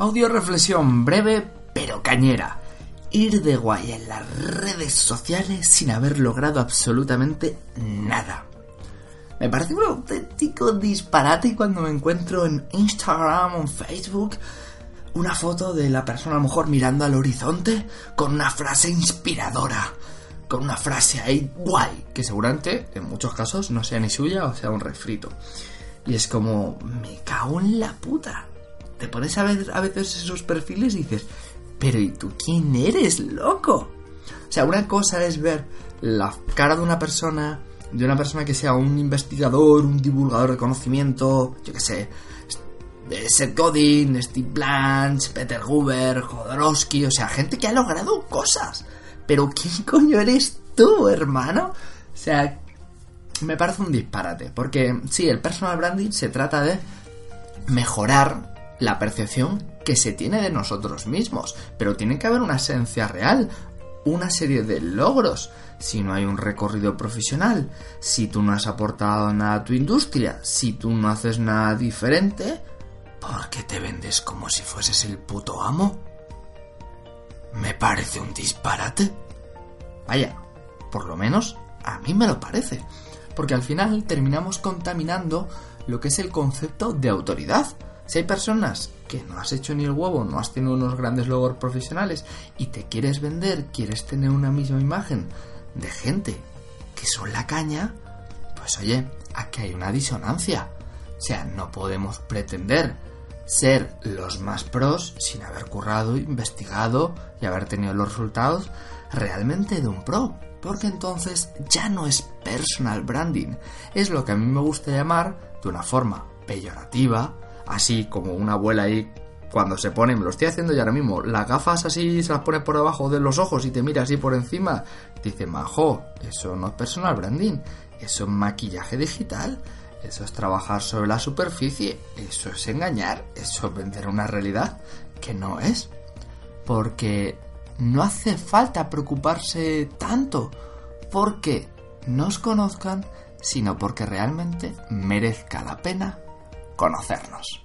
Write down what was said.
Audio reflexión breve pero cañera. Ir de guay en las redes sociales sin haber logrado absolutamente nada. Me parece un auténtico disparate cuando me encuentro en Instagram o en Facebook una foto de la persona a lo mejor mirando al horizonte con una frase inspiradora, con una frase ahí guay, que seguramente en muchos casos no sea ni suya o sea un refrito. Y es como, me cago en la puta. Te pones a ver a veces esos perfiles y dices, pero ¿y tú quién eres, loco? O sea, una cosa es ver la cara de una persona que sea un investigador, un divulgador de conocimiento, yo qué sé, Seth Godin, Steve Blanch, Peter Guber, Jodorowsky, o sea, gente que ha logrado cosas. Pero ¿quién coño eres tú, hermano? O sea, me parece un disparate, porque sí, el personal branding se trata de mejorar la percepción que se tiene de nosotros mismos, pero tiene que haber una esencia real, una serie de logros. Si no hay un recorrido profesional, si tú no has aportado nada a tu industria, si tú no haces nada diferente, ¿por qué te vendes como si fueses el puto amo? Me parece un disparate. Vaya, por lo menos a mí me lo parece, porque al final terminamos contaminando lo que es el concepto de autoridad. Si hay personas que no has hecho ni el huevo, no has tenido unos grandes logros profesionales y te quieres vender, quieres tener una misma imagen de gente que son la caña, pues oye, aquí hay una disonancia. O sea, no podemos pretender ser los más pros sin haber currado, investigado y haber tenido los resultados realmente de un pro, porque entonces ya no es personal branding, es lo que a mí me gusta llamar de una forma peyorativa, así como una abuela ahí cuando se pone, me lo estoy haciendo yo ahora mismo, las gafas así se las pone por debajo de los ojos y te mira así por encima, dice, majo, eso no es personal branding, eso es maquillaje digital, eso es trabajar sobre la superficie, eso es engañar, eso es vender una realidad que no es, porque no hace falta preocuparse tanto porque nos conozcan, sino porque realmente merezca la pena conocernos.